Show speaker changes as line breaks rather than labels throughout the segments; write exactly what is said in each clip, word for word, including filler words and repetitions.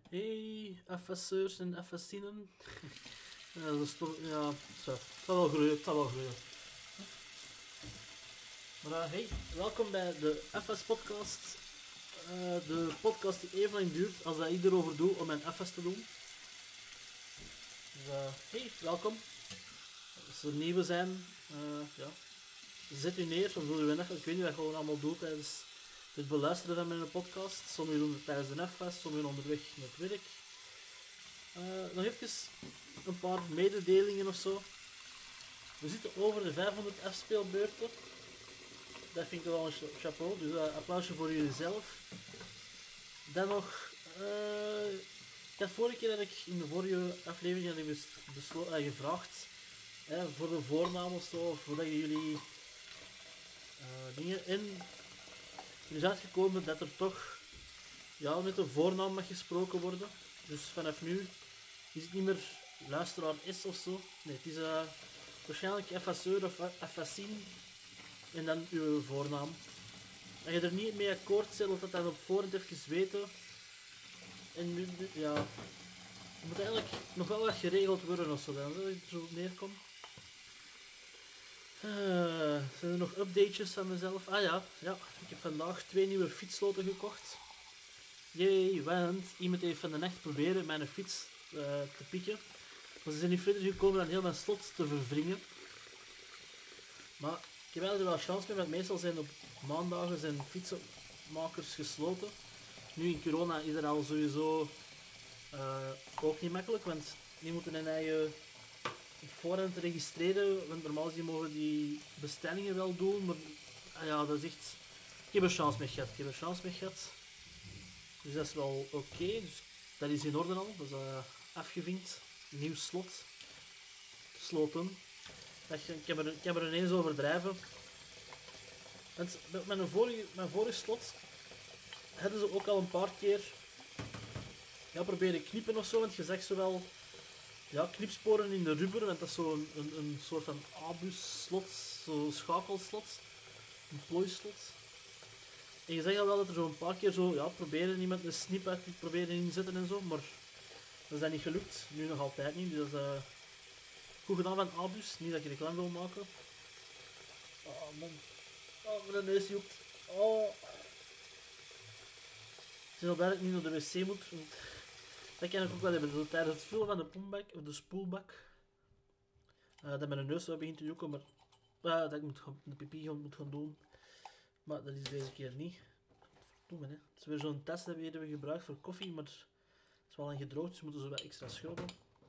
Hey, FS'ers en FS'inen. Ja, dat is toch, ja, zo. Het zal wel groeien, het zal wel groeien. Maar uh, hey, welkom bij de F S-podcast. Uh, de podcast die even lang duurt als dat ik erover doe om mijn F S te doen. Dus uh, hey, welkom. Als er nieuwe zijn, uh, ja, zet u neer of doe u weg. Ik weet niet wat je gewoon allemaal doet tijdens het beluisteren van mijn podcast. Sommigen doen het tijdens de F S, sommigen onderweg met werk. Uh, nog even een paar mededelingen of zo. We zitten over de vijfhonderd F-speelbeurten. Dat vind ik wel een chapeau, dus uh, applausje voor jullie zelf. Dan nog, uh, ik had vorige keer dat ik in de vorige aflevering had ik beslo- uh, gevraagd uh, voor de voornaam of zo, of voordat jullie uh, dingen. En er is uitgekomen dat er toch ja, met de voornaam mag gesproken worden. Dus vanaf nu is het niet meer luisteraar S of zo. Nee, het is uh, waarschijnlijk F S-eur of F S-in en dan uw voornaam. Als je er niet mee akkoord bent, laat dat dan op voorhand even weten. En nu, ja, er moet eigenlijk nog wel wat geregeld worden of zo, dan dat ik er zo neerkom. Uh, zijn er nog updates van mezelf? Ah ja, ja, ik heb vandaag twee nieuwe fietssloten gekocht. Jee, want iemand heeft van de nacht proberen mijn fiets uh, te pikken. Maar ze zijn niet verder gekomen dan heel mijn slot te verwringen. Maar ik heb eigenlijk wel chance mee, want meestal zijn op maandagen zijn fietsenmakers gesloten. Nu in corona is dat al sowieso uh, ook niet makkelijk, want die moeten hun eigen op voorhand registreren. Want normaal gezien mogen die bestellingen wel doen, maar uh, ja, dat is echt... Ik heb er chance mee gehad, ik heb er chance mee gehad. Dus dat is wel oké, okay. Dus dat is in orde al, dat is uh, afgevinkt. Nieuw slot. Sloten. Ik heb er, ik heb er ineens overdrijven. Want met mijn vorige, mijn vorige slot hadden ze ook al een paar keer ja, proberen knippen of zo, want je zag zowel ja, knipsporen in de rubber, want dat is zo'n een, een, een soort van abus slot, zo'n schakelslot, een plooislot. En je zag al wel dat er zo een paar keer zo, ja, proberen iemand een snip uit te proberen inzetten en zo, maar dat is dat niet gelukt. Nu nog altijd niet, dus dat is uh, goed gedaan van Abus. Niet dat je reclame wil maken. Oh man. Oh, mijn neus joept. Oh. Het is al blij dat ik niet naar de wc moet. Want dat kan ik ook wel hebben. Zo, tijdens het vullen van de pombak, of de spoelbak. Uh, dat mijn neus wel begint te joeken, maar uh, dat ik moet gaan, de pipi moet gaan doen. Maar dat is deze keer niet. Verdomme, hè. Het is weer zo'n test dat we hebben gebruikt voor koffie, maar het is wel een gedroogd, dus we moeten zo wat extra schudden.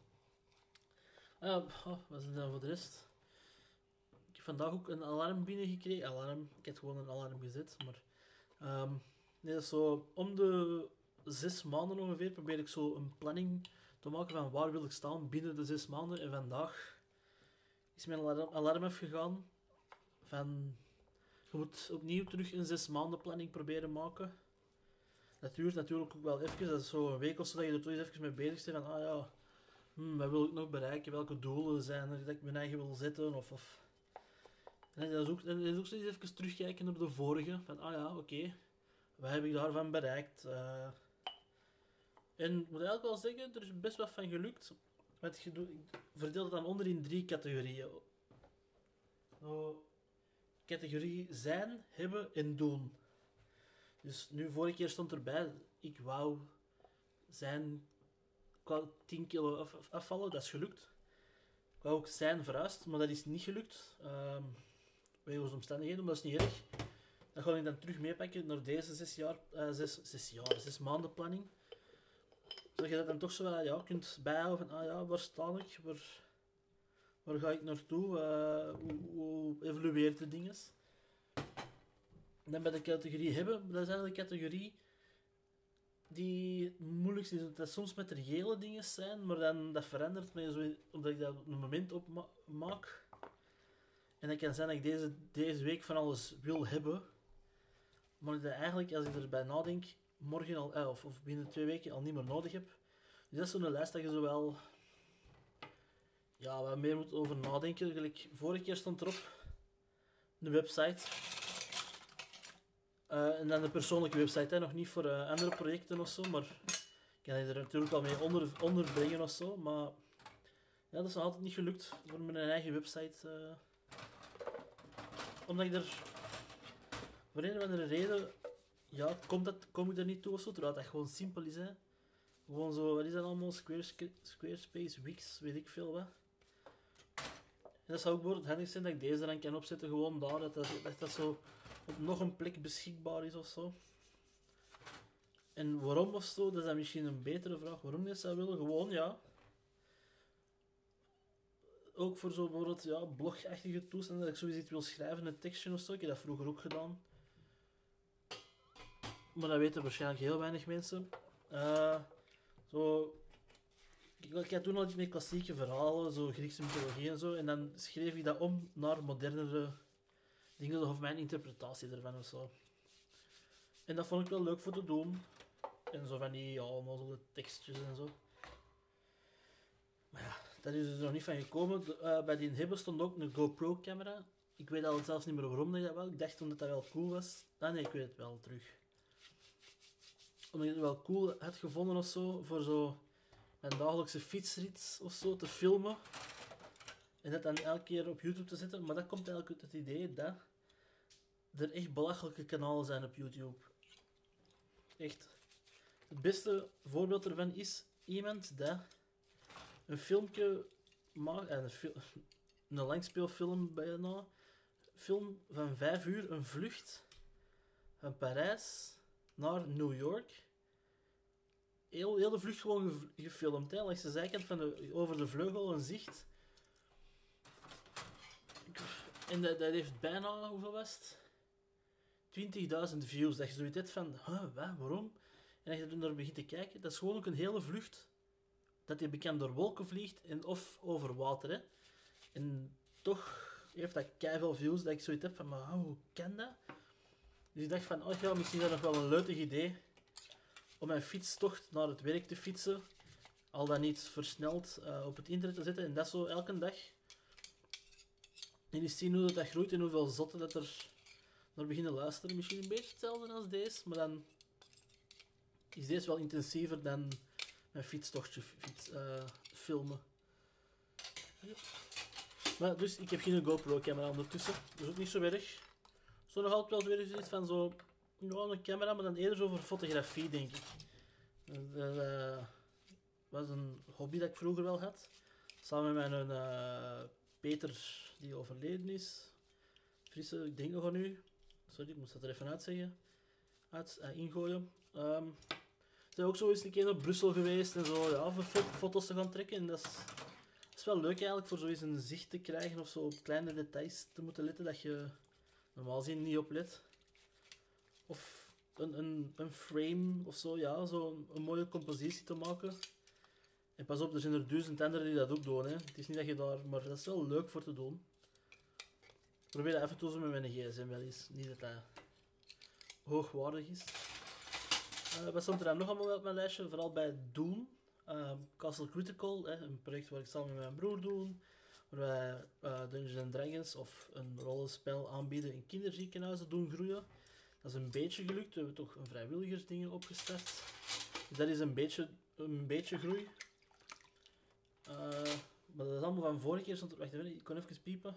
Ah, oh, wat is er dan voor de rest? Ik heb vandaag ook een alarm binnengekregen. Alarm, ik heb gewoon een alarm gezet, maar... Um, nee, dat is zo... Om de zes maanden ongeveer probeer ik zo een planning te maken van waar wil ik staan binnen de zes maanden. En vandaag is mijn alarm, alarm afgegaan van... Je moet opnieuw terug een zes maanden planning proberen maken. Dat duurt natuurlijk ook wel even. Dat is zo een week of zo dat je er toch eens even mee bezig bent. Van, ah ja, hmm, wat wil ik nog bereiken? Welke doelen zijn er dat ik mijn eigen wil zetten? Of... of. En dat is ook, dat is ook zo eens even terugkijken op de vorige. Van, ah ja, oké. Okay. Wat heb ik daarvan bereikt? Uh, en ik moet eigenlijk wel zeggen, er is best wat van gelukt. Want je doet, ik verdeel het dan onder in drie categorieën. Zo, categorie zijn, hebben en doen. Dus nu, vorige keer stond erbij, ik wou zijn, ik wou tien kilo af, af, afvallen, dat is gelukt. Ik wou ook zijn verhuisd, maar dat is niet gelukt. Um, wegens omstandigheden, maar dat is niet erg. Dat ga ik dan terug meepakken naar deze zes jaar, uh, zes, zes jaar, zes maanden planning. Zodat je dat dan toch zo wel, ja, kunt bijhouden van, ah ja, waar sta ik, waar, waar ga ik naartoe, uh, hoe, hoe evolueert de dinges. En dan bij de categorie hebben, dat is eigenlijk de categorie die het moeilijkste is. Dat soms materiële dingen zijn, maar dan dat verandert me zo, omdat ik dat op een moment opmaak. En dat kan zijn dat ik deze, deze week van alles wil hebben. Maar dat eigenlijk, als ik erbij nadenk, morgen al, eh, of, of binnen twee weken al niet meer nodig heb. Dus dat is zo'n lijst dat je zo wel ja, wat meer moet over nadenken. Gelijk, vorige keer stond erop de website. Uh, en dan de persoonlijke website, hè. Nog niet voor uh, andere projecten of zo, maar kan je er natuurlijk wel mee onder, onderbrengen of zo, maar ja, dat is nog altijd niet gelukt voor mijn eigen website. Uh, omdat ik er voor een of andere reden, ja, komt dat, kom ik er niet toe of zo, terwijl dat gewoon simpel is, hè. Gewoon zo, wat is dat allemaal? Squarespace, Squarespace, Wix, weet ik veel wat. En dat zou ook bijvoorbeeld handig zijn dat ik deze dan kan opzetten, gewoon daar, dat dat, dat, dat zo op nog een plek beschikbaar is of zo. En waarom of zo, dat is dan misschien een betere vraag. Waarom je dat zou willen? Gewoon, ja. Ook voor zo bijvoorbeeld, ja, blogachtige toestanden, dat ik zoiets wil schrijven, een tekstje of zo. Ik heb dat vroeger ook gedaan. Maar dat weten waarschijnlijk heel weinig mensen. Uh, zo... Ik, ik had toen al iets met klassieke verhalen, zo Griekse mythologie en zo. En dan schreef ik dat om naar modernere dingen, of mijn interpretatie ervan of zo. En dat vond ik wel leuk voor te doen. En zo van die, ja, allemaal zo de tekstjes en zo. Maar ja, dat is dus nog niet van gekomen. De, uh, bij die hebben stond ook een GoPro-camera. Ik weet al zelfs niet meer waarom dat, dat wel. Ik dacht omdat dat wel cool was. Ah nee, ik weet het wel terug. Omdat ik het wel cool had gevonden of zo, voor zo mijn dagelijkse fietsrit of zo te filmen. En dat dan elke keer op YouTube te zetten. Maar dat komt eigenlijk uit het idee dat er echt belachelijke kanalen zijn op YouTube. Echt. Het beste voorbeeld ervan is iemand dat een filmpje maakt, een, fil een langspeelfilm bijna, film van vijf uur, een vlucht van Parijs naar New York. Heel, heel de vlucht gewoon gefilmd, hè, langs de zijkant van de, over de vleugel, een zicht. En dat, dat heeft bijna, hoeveel was het? twintigduizend views. Dat je zoiets hebt van, huh, wat, waarom? En als je er naar begint te kijken, dat is gewoon ook een hele vlucht. Dat je bekend door wolken vliegt en of over water. Hè. En toch heeft dat keiveel views dat ik zoiets heb van, maar hoe kan dat? Dus ik dacht van, oh ja, misschien is dat nog wel een leuk idee om mijn fietstocht naar het werk te fietsen. Al dan niet versneld uh, op het internet te zetten. En dat zo elke dag. En eens zien hoe dat, dat groeit en hoeveel zotten dat er naar beginnen luisteren. Misschien een beetje hetzelfde als deze, maar dan is deze wel intensiever dan mijn fietstochtje fiets, uh, filmen. Maar dus, ik heb geen GoPro-camera ondertussen. Dat is ook niet zo erg. Zo nog altijd wel weer zoiets van zo, ja, een camera, maar dan eerder zo voor fotografie, denk ik. Dat uh, was een hobby dat ik vroeger wel had. Samen met mijn uh, Peter, die overleden is. Frisse, ik denk nog aan u. Sorry, ik moest dat er even uitzeggen. Uit, uh, ingooien. Um, we zijn ook zo eens een keer naar Brussel geweest en zo, ja, voor foto's te gaan trekken. En dat is, dat is wel leuk eigenlijk, voor zo eens een zicht te krijgen of zo op kleine details te moeten letten dat je normaal gezien niet op let. Of een, een, een frame of zo, ja, zo een, een mooie compositie te maken. En pas op, er zijn er duizend anderen die dat ook doen, hè. Het is niet dat je daar, maar dat is wel leuk voor te doen. Ik probeer dat even toe zo met mijn gsm wel eens, niet dat dat hoogwaardig is. Uh, wat stond er dan nog allemaal op mijn lijstje? Vooral bij Doom. Uh, Castle Critical, hè, een project waar ik samen met mijn broer doe. Waar wij uh, Dungeons and Dragons of een rollenspel aanbieden in kinderziekenhuizen doen groeien. Dat is een beetje gelukt. We hebben toch een vrijwilligersdingen opgestart. Dus dat is een beetje, een beetje groei. Uh, maar dat is allemaal van vorige keer. Stond er, wacht even, ik kon even piepen.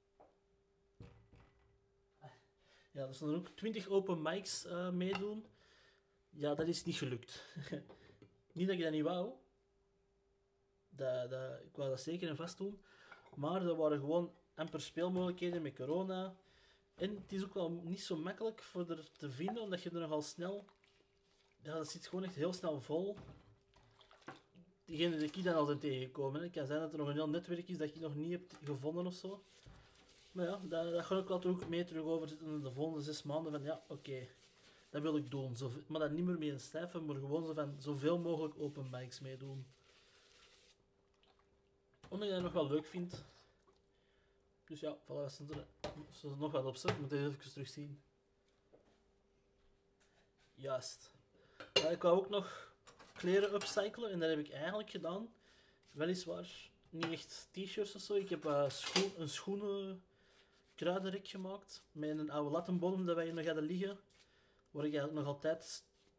Ja, er stonden ook twintig open mics uh, meedoen. Ja, dat is niet gelukt. Niet dat ik dat niet wou. Dat, dat, ik wou dat zeker en vast doen. Maar er waren gewoon amper speelmogelijkheden met corona. En het is ook wel niet zo makkelijk voor er te vinden, omdat je er nogal snel... Ja, dat zit gewoon echt heel snel vol. Diegene die ik dan al zijn tegengekomen. Het kan zijn dat er nog een heel netwerk is dat ik nog niet heb gevonden of zo. Maar ja, dat, dat ga ik wel ook mee terug overzetten in de volgende zes maanden. Van ja, oké. Okay. Dat wil ik doen. Zo, maar dat niet meer mee een stijf, maar gewoon zo van zoveel mogelijk open mics meedoen. Omdat ik dat nog wel leuk vind. Dus ja, voilà, we staan er, er nog wat op zet. Ik moet even terugzien. Juist. Ja, ik wou ook nog kleren upcyclen en dat heb ik eigenlijk gedaan. Weliswaar niet echt t-shirts of zo. Ik heb uh, schoen, een schoenen kruidenrek gemaakt met een oude lattenbodem dat wij hier nog hadden liggen. Waar ik eigenlijk nog altijd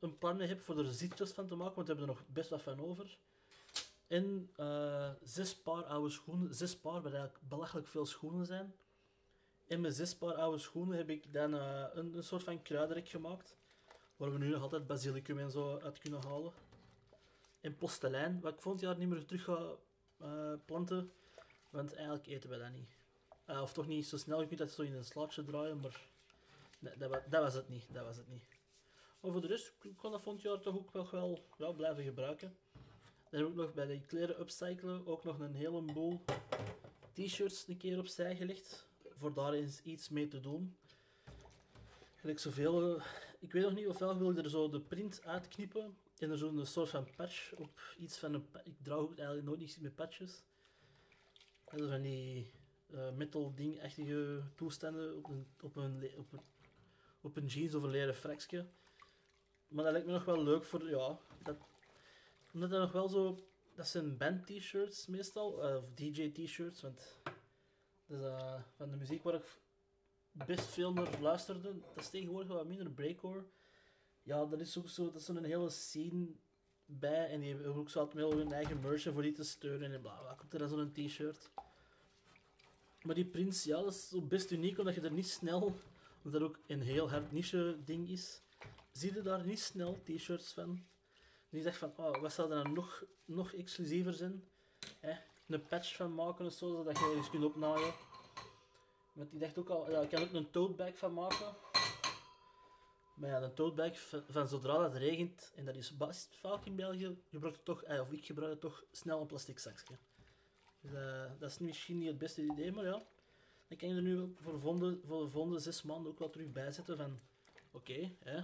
een plan mee heb voor er zitjes van te maken, want we hebben er nog best wat van over. En uh, zes paar oude schoenen, zes paar, waar eigenlijk belachelijk veel schoenen zijn. En met zes paar oude schoenen heb ik dan uh, een, een soort van kruidenrek gemaakt. Waar we nu nog altijd basilicum en zo uit kunnen halen. En postelijn, wat ik volgend jaar niet meer terug ga uh, planten. Want eigenlijk eten we dat niet. Uh, of toch niet zo snel, je kunt dat zo in een slaatje draaien, maar... Nee, dat, wa dat was het niet, dat was het niet. Maar voor de rest, ik kan dat volgend jaar toch ook nog wel ja, blijven gebruiken. Dan heb ik nog bij de kleren upcyclen ook nog een heleboel t-shirts een keer opzij gelegd. Voor daar eens iets mee te doen. Gelijk zoveel... Ik weet nog niet ofwel wil ik er zo de print uitknippen en er zo'n soort van patch op iets van een... Ik draag ook eigenlijk nooit iets met patches. En zo van die uh, metal ding-achtige toestanden op een, op, een, op, een, op een jeans of een leren fraksje. Maar dat lijkt me nog wel leuk voor... Ja, dat, omdat dat nog wel zo... Dat zijn band-t-shirts meestal, uh, of D J-t-shirts, want... Dus, uh, van de muziek waar ik best veel naar luisterde, dat is tegenwoordig wat minder breakcore. Ja, dat is ook zo, dat is zo'n hele scene bij en die hebben ook zo altijd wel hun eigen merch voor die te steunen en bla bla. Komt er dan zo'n t-shirt. Maar die prints, ja, dat is zo best uniek omdat je er niet snel, omdat dat ook een heel hard niche ding is, zie je daar niet snel t-shirts van. En ik dacht van, oh, wat zou er dan nog, nog exclusiever zijn? Eh? Een patch van maken of zo, zodat je eens kunt opnaaien. Want ik dacht ook al, ja, ik kan ook een tote bag van maken. Maar ja, een tote bag van, van zodra het regent, en dat is best vaak in België, gebruik je toch, eh, of ik gebruik toch snel een plastic zakje. Dus uh, dat is misschien niet het beste idee, maar ja. Dan kan je er nu voor de volgende, voor de volgende zes maanden ook wel terug bij zetten van, oké, okay,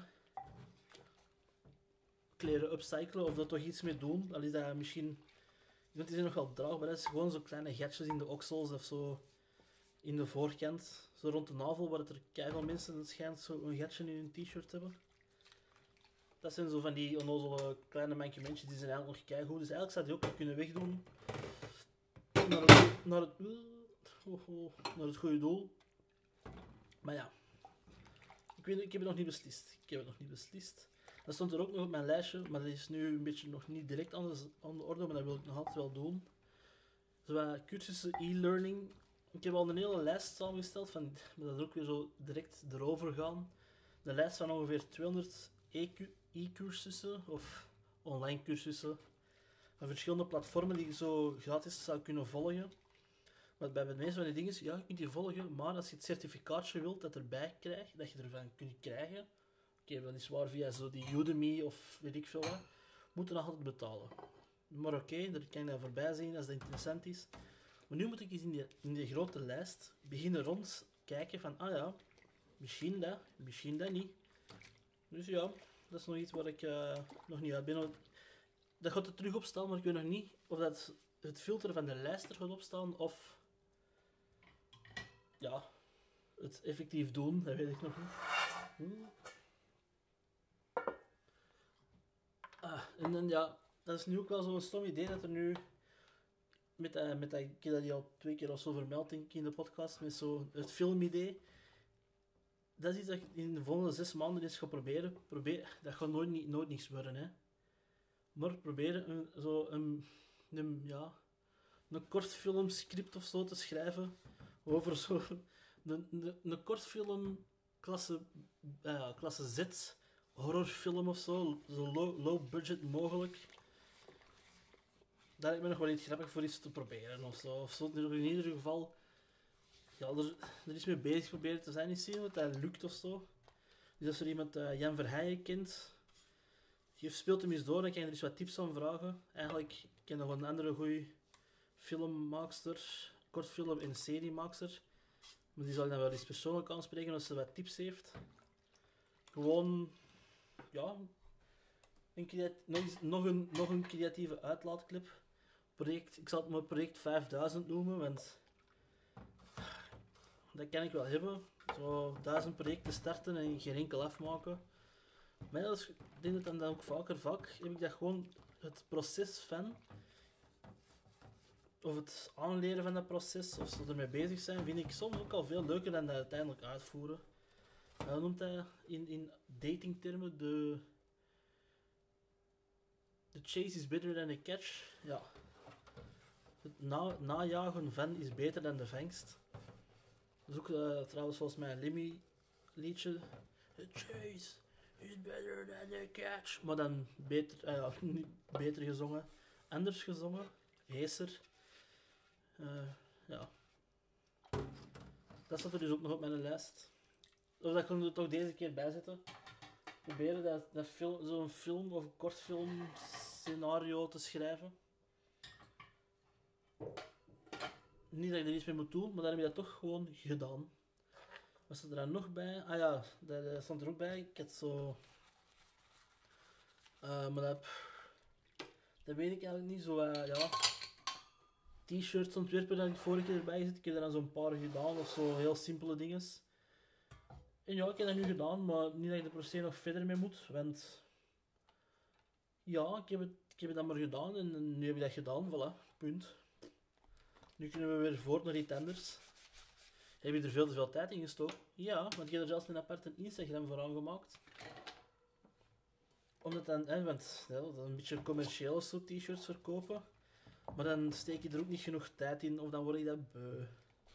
kleren upcyclen of er toch iets mee doen. Al is dat misschien... Want die zijn nog wel draagbaar, dat is gewoon zo kleine gatjes in de oksels of zo in de voorkant. Zo rond de navel, waar het er keiveel mensen het schijnt zo een gatje in hun t-shirt hebben. Dat zijn zo van die onnozele kleine mankementjes, die zijn eigenlijk nog keigoed. Dus eigenlijk zou die ook nog kunnen wegdoen naar het, naar het, oh, oh, naar het goede doel. Maar ja, ik, weet, ik heb het nog niet beslist. Ik heb het nog niet beslist. Dat stond er ook nog op mijn lijstje, maar dat is nu een beetje nog niet direct aan de, aan de orde, maar dat wil ik nog altijd wel doen. Zo cursussen, e-learning. Ik heb al een hele lijst samengesteld, van, maar dat is ook weer zo direct erover gaan. Een lijst van ongeveer tweehonderd e-cursussen of online cursussen van verschillende platformen die je zo gratis zou kunnen volgen. Maar bij de meeste van die dingen is, ja, je kunt die volgen, maar als je het certificaatje wilt dat erbij krijgt, dat je ervan kunt krijgen, oké, okay, dat is waar via zo die Udemy of weet ik veel wat, moet je nog altijd betalen. Maar oké, okay, daar kan je dan voorbij zien als dat interessant is. Maar nu moet ik eens in die, in die grote lijst beginnen rondkijken van, ah ja, misschien dat, misschien dat niet. Dus ja, dat is nog iets waar ik uh, nog niet uit ben. Dat gaat er terug opstaan, maar ik weet nog niet of dat het filter van de lijst er gaat opstaan of ja, het effectief doen, dat weet ik nog niet. Hmm. Ah, en dan ja, dat is nu ook wel zo'n stom idee dat er nu met, uh, met dat, ik heb dat die al twee keer of zo vermeld denk ik in de podcast, met zo het filmidee. Dat is iets dat ik in de volgende zes maanden eens ga proberen. Probeer, dat gaat nooit, niet, nooit niks worden, hè. Maar proberen een, zo een, een, ja, een kortfilmscript of zo te schrijven over zo een, een, een kortfilm klasse, uh, klasse Z horrorfilm of zo, zo low, low budget mogelijk. Daar heb ik me nog wel iets grappig voor iets te proberen of zo. Of zo in ieder geval, ja, er, er is mee bezig proberen te zijn, niet zien wat dat lukt of zo. Dus als er iemand uh, Jan Verheijen kent, je speelt hem eens door, dan kan je er eens wat tips aan vragen. Eigenlijk, ik ken nog een andere goede filmmaakster, kortfilm- en seriemaakster. Maar die zal ik dan wel eens persoonlijk aanspreken als ze wat tips heeft. Gewoon, ja, een creat- nog, eens, nog, een, nog een creatieve uitlaatclip. Project, ik zal het maar project vijfduizend noemen, want dat kan ik wel hebben. Zo duizend projecten starten en geen enkel afmaken. Maar dat is, ik denk dat dan ook vaker vaak heb ik dat gewoon het proces van, of het aanleren van dat proces, of ze ermee bezig zijn, vind ik soms ook al veel leuker dan dat uiteindelijk uitvoeren. En dan noemt hij in, in datingtermen de The chase is better than the catch. Ja. Het na najagen van is beter dan de vangst. Dat is ook uh, trouwens volgens mij een Limmy liedje. The chase is better than the catch. Maar dan beter, uh, ja, niet beter gezongen. Anders gezongen. Heeser. Uh, ja. Dat staat er dus ook nog op mijn lijst. Of dat kan er toch deze keer bij zetten. Proberen dat, dat film, zo'n film of kortfilm scenario te schrijven. Niet dat ik er iets mee moet doen, maar dan heb je dat toch gewoon gedaan. Wat staat er dan nog bij? Ah ja, dat, dat stond er ook bij. Ik had zo... Uh, maar dat, dat weet ik eigenlijk niet. Zo, uh, ja... T-shirts ontwerpen dat ik vorige keer erbij gezet. Ik heb er dan zo'n paar gedaan, of zo heel simpele dingen. En ja, ik heb dat nu gedaan, maar niet dat ik er per se nog verder mee moet, want... Ja, ik heb het, ik heb het dan maar gedaan en nu heb ik dat gedaan, voilà, punt. Nu kunnen we weer voort naar iets anders. Heb je er veel te veel tijd in gestoken? Ja, want ik heb er zelfs een aparte Instagram voor aangemaakt. Omdat dan, eh, want ja, dat is een beetje commercieel zo t-shirts verkopen. Maar dan steek je er ook niet genoeg tijd in, of dan word ik dat beu.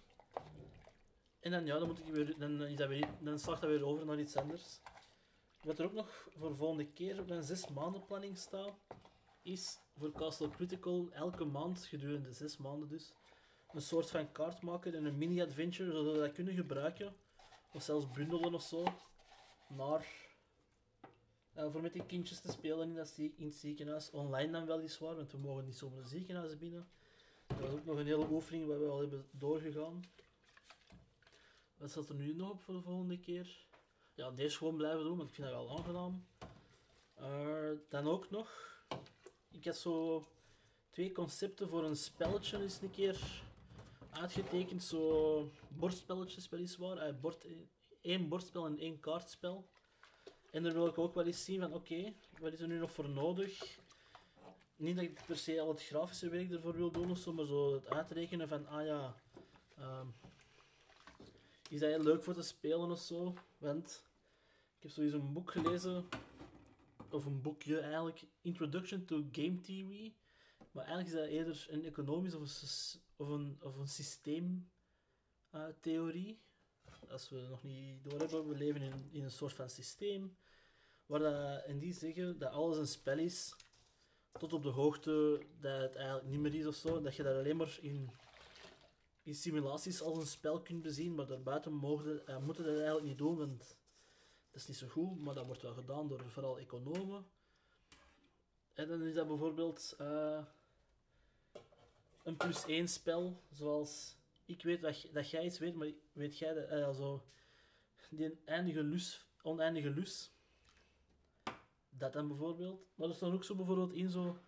En dan, ja, dan, moet ik weer, dan, is dat weer, dan slaagt dat weer over naar iets anders. Wat er ook nog voor de volgende keer op mijn zes maanden planning staat, is voor Castle Critical elke maand, gedurende zes maanden dus, een soort van kaart maken en een mini-adventure, zodat we dat kunnen gebruiken. Of zelfs bundelen of zo. Maar uh, voor met die kindjes te spelen in, dat zie in het ziekenhuis. Online dan weliswaar, want we mogen niet zomaar het ziekenhuis binnen. Dat was ook nog een hele oefening waar we al hebben doorgegaan. Wat staat er nu nog op voor de volgende keer? Ja, deze gewoon blijven doen, want ik vind dat wel aangenaam. Uh, dan ook nog. Ik heb zo twee concepten voor een spelletje eens een keer uitgetekend. Zo bordspelletjes weliswaar. Uh, bord, één bordspel en één kaartspel. En daar wil ik ook wel eens zien van oké, okay, wat is er nu nog voor nodig? Niet dat ik per se al het grafische werk ervoor wil doen of zo, maar zo het uitrekenen van ah ja... Um, is dat heel leuk voor te spelen of zo? Want ik heb sowieso een boek gelezen, of een boekje eigenlijk, Introduction to Game Theory. Maar eigenlijk is dat eerder een economisch of een, of een, of een systeemtheorie. Uh, Als we het nog niet door hebben, we leven in, in een soort van systeem. Waar dat, en die zeggen dat alles een spel is, tot op de hoogte dat het eigenlijk niet meer is of zo. Dat je dat alleen maar in... in simulaties als een spel kunt bezien, maar daarbuiten mogen, uh, moeten dat eigenlijk niet doen, want dat is niet zo goed, maar dat wordt wel gedaan door vooral economen. En dan is dat bijvoorbeeld uh, een plus één spel, zoals ik weet dat, dat jij iets weet, maar weet jij dat, uh, zo, die eindige lus, oneindige lus, dat dan bijvoorbeeld. Maar er staan ook zo bijvoorbeeld in zo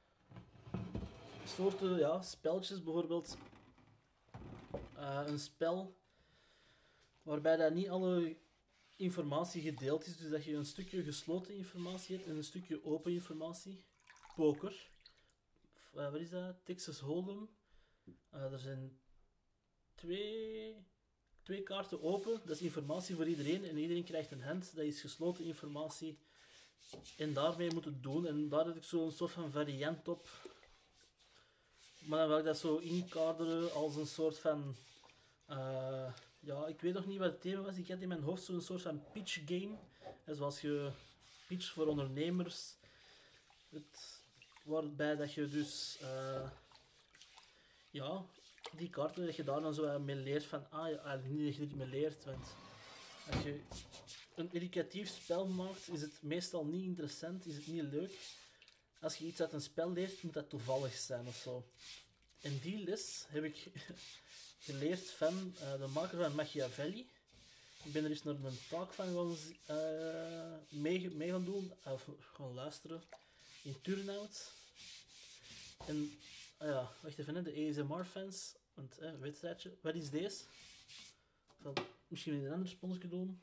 soorten ja, spelletjes, bijvoorbeeld Uh, een spel waarbij dat niet alle informatie gedeeld is, dus dat je een stukje gesloten informatie hebt en een stukje open informatie. Poker. Uh, wat is dat? Texas Hold'em. Uh, er zijn twee, twee kaarten open, dat is informatie voor iedereen en iedereen krijgt een hand, dat is gesloten informatie en daarmee moet het doen en daar heb ik zo'n soort van variant op. Maar dan wil ik dat zo inkaderen als een soort van... Uh, ja, ik weet nog niet wat het thema was. Ik had in mijn hoofd zo'n soort van pitch game. En zoals je pitch voor ondernemers. Het, waarbij dat je dus... Uh, ja, die kaarten, dat je daar dan zo mee leert van... Ah, ja, niet dat je het mee leert, want... Als je een educatief spel maakt, is het meestal niet interessant, is het niet leuk. Als je iets uit een spel leert, moet dat toevallig zijn of zo. En die les heb ik geleerd van uh, de maker van Machiavelli. Ik ben er eens naar een talk van gaan, uh, mee, mee gaan doen, of gaan luisteren, in Turnhout. En, uh, ja, wacht even, hè, de A S M R-fans, want uh, een wedstrijdje. Wat is deze? Ik zal misschien een ander sponsje doen.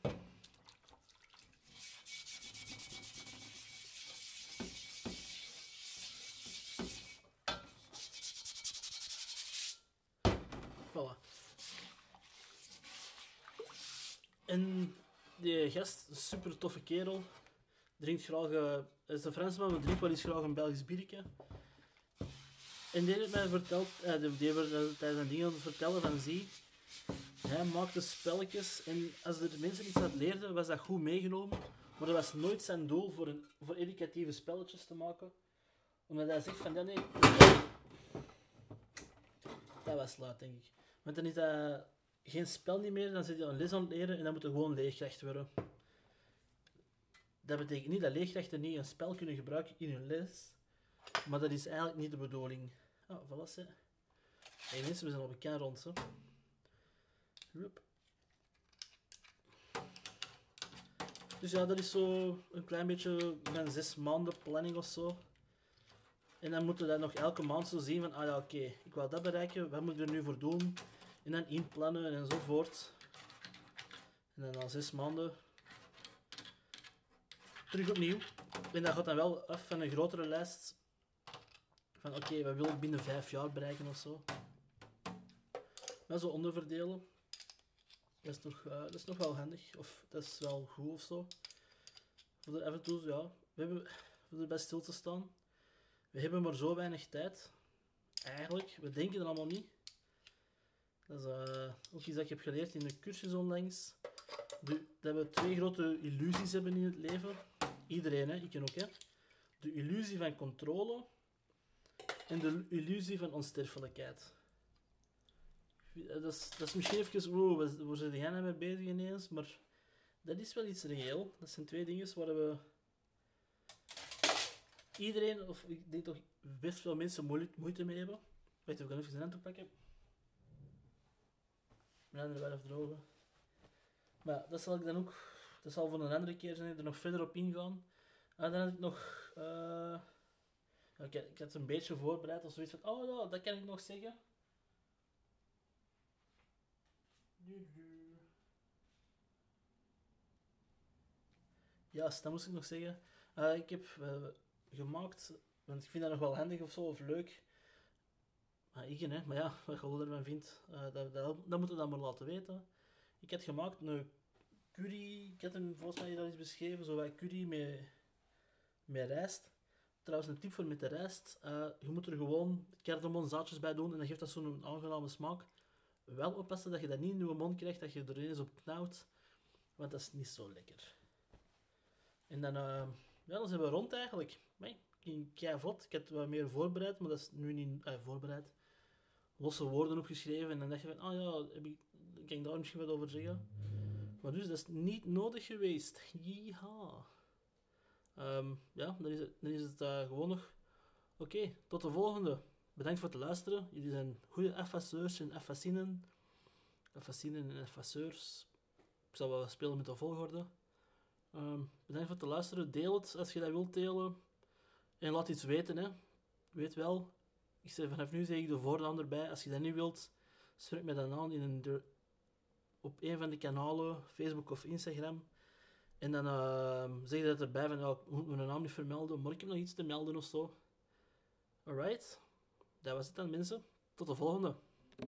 Voilà. En die gast, super toffe kerel, drinkt graag... Uh, is een Fransman, maar drinkt wel eens graag een Belgisch biertje. En die heeft mij verteld... Uh, die heeft uh, tijdens een ding aan het vertellen van zie... Hij maakte spelletjes en als er mensen iets uit leerden, was dat goed meegenomen. Maar dat was nooit zijn doel voor, een, voor educatieve spelletjes te maken. Omdat hij zegt van, ja nee... Dat was laat, denk ik. Want dan is dat geen spel niet meer, dan zit je een les aan het leren en dan moet er gewoon leerkracht worden. Dat betekent niet dat leerkrachten niet een spel kunnen gebruiken in hun les. Maar dat is eigenlijk niet de bedoeling. Oh, voilà, hè. Hey, mensen, we zijn al bekend rond, hè. Hup. Dus ja, dat is zo een klein beetje mijn zes maanden planning of zo. En dan moeten we dat nog elke maand zo zien van, ah ja, oké, okay, ik wil dat bereiken, wat moet ik er nu voor doen? En dan inplannen enzovoort. En dan na zes maanden terug opnieuw. En dat gaat dan wel af van een grotere lijst. Van oké, okay, wat wil ik binnen vijf jaar bereiken of zo. Maar zo onderverdelen. Dat is, toch, uh, dat is nog wel handig. Of dat is wel goed of zo. Voor er even toe, ja. We hebben voor erbij stil te staan. We hebben maar zo weinig tijd. Eigenlijk, we denken er allemaal niet. Dat is uh, ook iets dat ik heb geleerd in de cursus onlangs. De, dat we twee grote illusies hebben in het leven. Iedereen, hè? Ik ook. Hè? De illusie van controle en de illusie van onsterfelijkheid. Dat is, dat is misschien even... Wow, waar zijn jij nou mee bezig ineens? Maar dat is wel iets reëel. Dat zijn twee dingen waar we... Iedereen, of ik denk toch best veel mensen moeite mee hebben. Weet je, we gaan even zijn hand oppakken. Mijn handen wel even drogen. Maar dat zal ik dan ook... Dat zal voor een andere keer zijn, er nog verder op ingaan. En dan had ik nog... Uh, ik, ik had het een beetje voorbereid of zoiets van... Oh ja, dat kan ik nog zeggen. Ja, dat moest ik nog zeggen. Uh, ik heb uh, gemaakt... Want ik vind dat nog wel handig of zo, of leuk. Maar ik, hè. Maar ja, wat je ervan vindt, uh, dat, dat, dat moeten we dan maar laten weten. Ik had gemaakt een curry... Ik had hem volgens mij al eens beschreven. Zo wat curry met, met rijst. Trouwens, een tip voor met de rijst. Uh, je moet er gewoon kardemonzaadjes bij doen. En dan geeft dat zo'n aangename smaak. Wel oppassen dat je dat niet in je mond krijgt. Dat je er eens op knauwt. Want dat is niet zo lekker. En dan... Uh, ja, dan zijn we rond eigenlijk. Nee, ik ging vlot. Ik had wat meer voorbereid. Maar dat is nu niet uh, voorbereid. Losse woorden opgeschreven. En dan dacht je van... Ah oh ja, heb ik, kan ik daar misschien wat over zeggen? Maar dus, dat is niet nodig geweest. Yeehaw. Um, ja, dan is het, dan is het uh, gewoon nog... Oké, okay, tot de volgende. Bedankt voor het luisteren. Jullie zijn goede effaceurs en effassinen. Effassinen en effasseurs. Ik zal wel spelen met de volgorde. Um, bedankt voor het luisteren. Deel het als je dat wilt delen. En laat iets weten, hè. Weet wel. Ik zeg, vanaf nu zeg ik de voornaam erbij. Als je dat niet wilt, spreek me dan aan in een de, op een van de kanalen, Facebook of Instagram. En dan uh, zeg je dat erbij van, ja, ik moet mijn naam niet vermelden, maar ik heb nog iets te melden of zo. Alright. Dat was het dan, mensen. Tot de volgende.